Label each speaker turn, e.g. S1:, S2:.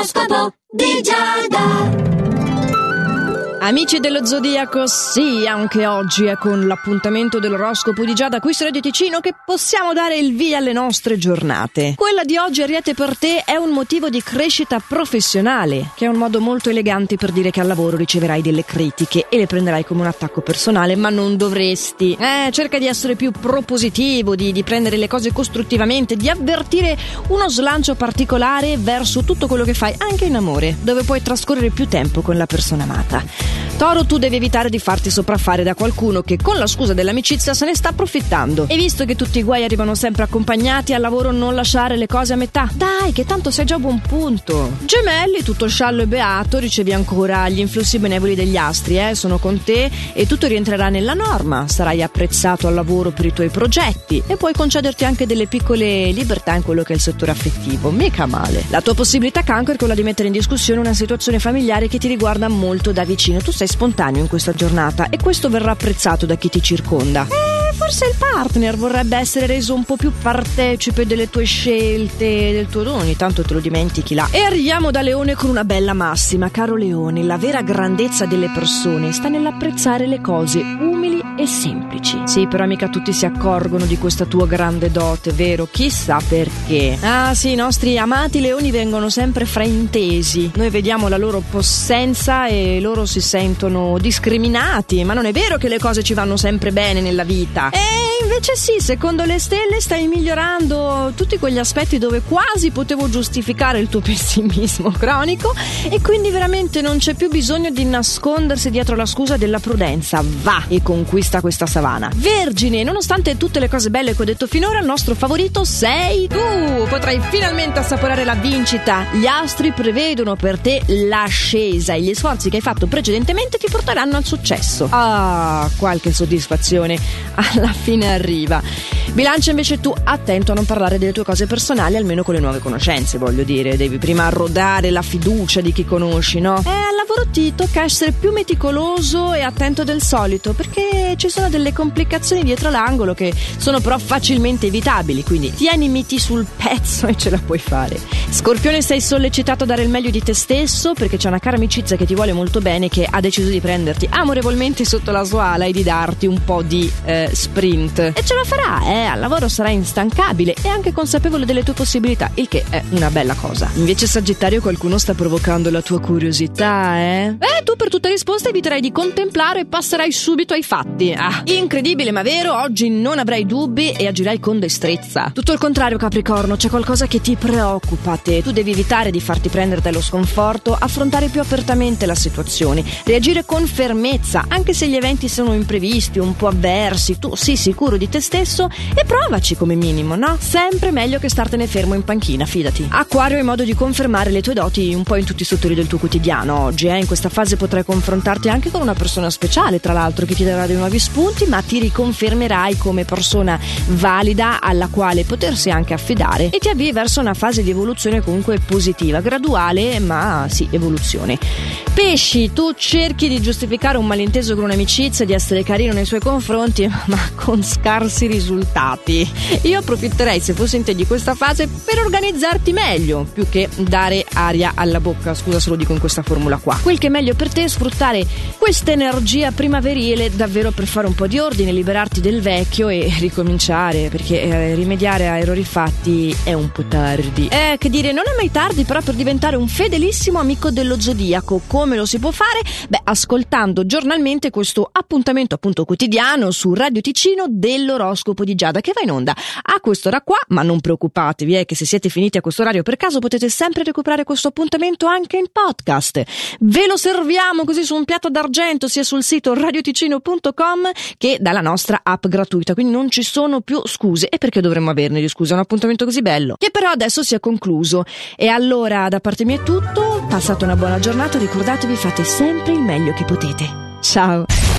S1: L'oroscopo di Giada.
S2: Amici dello Zodiaco, sì, anche oggi è con l'appuntamento dell'oroscopo di Giada qui su Radio Ticino che possiamo dare il via alle nostre giornate. Quella di oggi, Ariete, per te è un motivo di crescita professionale, che è un modo molto elegante per dire che al lavoro riceverai delle critiche e le prenderai come un attacco personale, ma non dovresti. Cerca di essere più propositivo, di prendere le cose costruttivamente, di avvertire uno slancio particolare verso tutto quello che fai, anche in amore, dove puoi trascorrere più tempo con la persona amata. Toro, tu devi evitare di farti sopraffare da qualcuno che con la scusa dell'amicizia se ne sta approfittando. E visto che tutti i guai arrivano sempre accompagnati, al lavoro non lasciare le cose a metà. Dai, che tanto sei già a buon punto. Gemelli, tutto sciallo e beato, ricevi ancora gli influssi benevoli degli astri, sono con te e tutto rientrerà nella norma. Sarai apprezzato al lavoro per i tuoi progetti e puoi concederti anche delle piccole libertà in quello che è il settore affettivo. Mica male. La tua possibilità cancro è quella di mettere in discussione una situazione familiare che ti riguarda molto da vicino. Tu sei spontaneo in questa giornata e questo verrà apprezzato da chi ti circonda. Forse il partner vorrebbe essere reso un po' più partecipe delle tue scelte, del tuo dono, ogni tanto te lo dimentichi là. E arriviamo da Leone con una bella massima. Caro Leone, la vera grandezza delle persone sta nell'apprezzare le cose umili e semplici. Sì, però mica tutti si accorgono di questa tua grande dote, vero? Chissà perché. Ah sì, i nostri amati leoni vengono sempre fraintesi. Noi vediamo la loro possenza e loro si sentono discriminati, ma non è vero che le cose ci vanno sempre bene nella vita. E invece sì, secondo le stelle stai migliorando tutti quegli aspetti dove quasi potevo giustificare il tuo pessimismo cronico e quindi veramente non c'è più bisogno di nascondersi dietro la scusa della prudenza. Va e conquista questa savana. Vergine, nonostante tutte le cose belle che ho detto finora, il nostro favorito sei tu. Potrai finalmente assaporare la vincita. Gli astri prevedono per te l'ascesa e gli sforzi che hai fatto precedentemente ti porteranno al successo. Ah, qualche soddisfazione alla fine arriva. Bilancia, invece tu attento a non parlare delle tue cose personali, almeno con le nuove conoscenze, voglio dire, devi prima rodare la fiducia di chi conosci, no? Al lavoro ti tocca essere più meticoloso e attento del solito, perché ci sono delle complicazioni dietro l'angolo che sono però facilmente evitabili, quindi tieni miti sul pezzo e ce la puoi fare. Scorpione, sei sollecitato a dare il meglio di te stesso, perché c'è una cara amicizia che ti vuole molto bene, che ha deciso di prenderti amorevolmente sotto la sua ala e di darti un po' di sprint. E ce la farà, al lavoro sarai instancabile e anche consapevole delle tue possibilità, il che è una bella cosa. Invece Sagittario, qualcuno sta provocando la tua curiosità, tu per tutte risposte eviterai di contemplare e passerai subito ai fatti. Incredibile ma vero, oggi non avrai dubbi e agirai con destrezza. Tutto il contrario, Capricorno, c'è qualcosa che ti preoccupa a te. Tu devi evitare di farti prendere dallo sconforto, affrontare più apertamente la situazione, reagire con fermezza, anche se gli eventi sono imprevisti, un po' avversi. Tu sii sicuro di te stesso e provaci come minimo, no? Sempre meglio che startene fermo in panchina, fidati. Acquario, hai modo di confermare le tue doti un po' in tutti i settori del tuo quotidiano oggi, In questa fase potrai confrontarti anche con una persona speciale, tra l'altro, che ti darà dei nuovi spunti, ma ti riconfermerai come persona valida alla quale potersi anche affidare e ti avvii verso una fase di evoluzione comunque positiva, graduale, ma sì, evoluzione. Pesci, tu cerchi di giustificare un malinteso con un'amicizia, di essere carino nei suoi confronti, ma con scarsi risultati. Io approfitterei, se fossi in te, di questa fase per organizzarti meglio, più che dare aria alla bocca. Scusa se lo dico in questa formula qua. Quel che è meglio per te è sfruttare questa energia primaverile davvero per fare un po' di ordine, liberarti del vecchio e ricominciare, perché rimediare a errori fatti è un po' tardi. Che dire, non è mai tardi però per diventare un fedelissimo amico dello Zodiaco. Come lo si può fare? Ascoltando giornalmente questo appuntamento appunto quotidiano su Radio Ticino dell'oroscopo di Giada, che va in onda a quest'ora qua, ma non preoccupatevi, che se siete finiti a questo orario per caso potete sempre recuperare questo appuntamento anche in podcast. Ve lo serviamo così su un piatto d'argento sia sul sito radioticino.com che dalla nostra app gratuita, quindi non ci sono più scuse. E perché dovremmo averne di scuse? È un appuntamento così bello, che però adesso si è concluso. E allora da parte mia è tutto, passate una buona giornata, ricordatevi, fate sempre il meglio che potete. Ciao!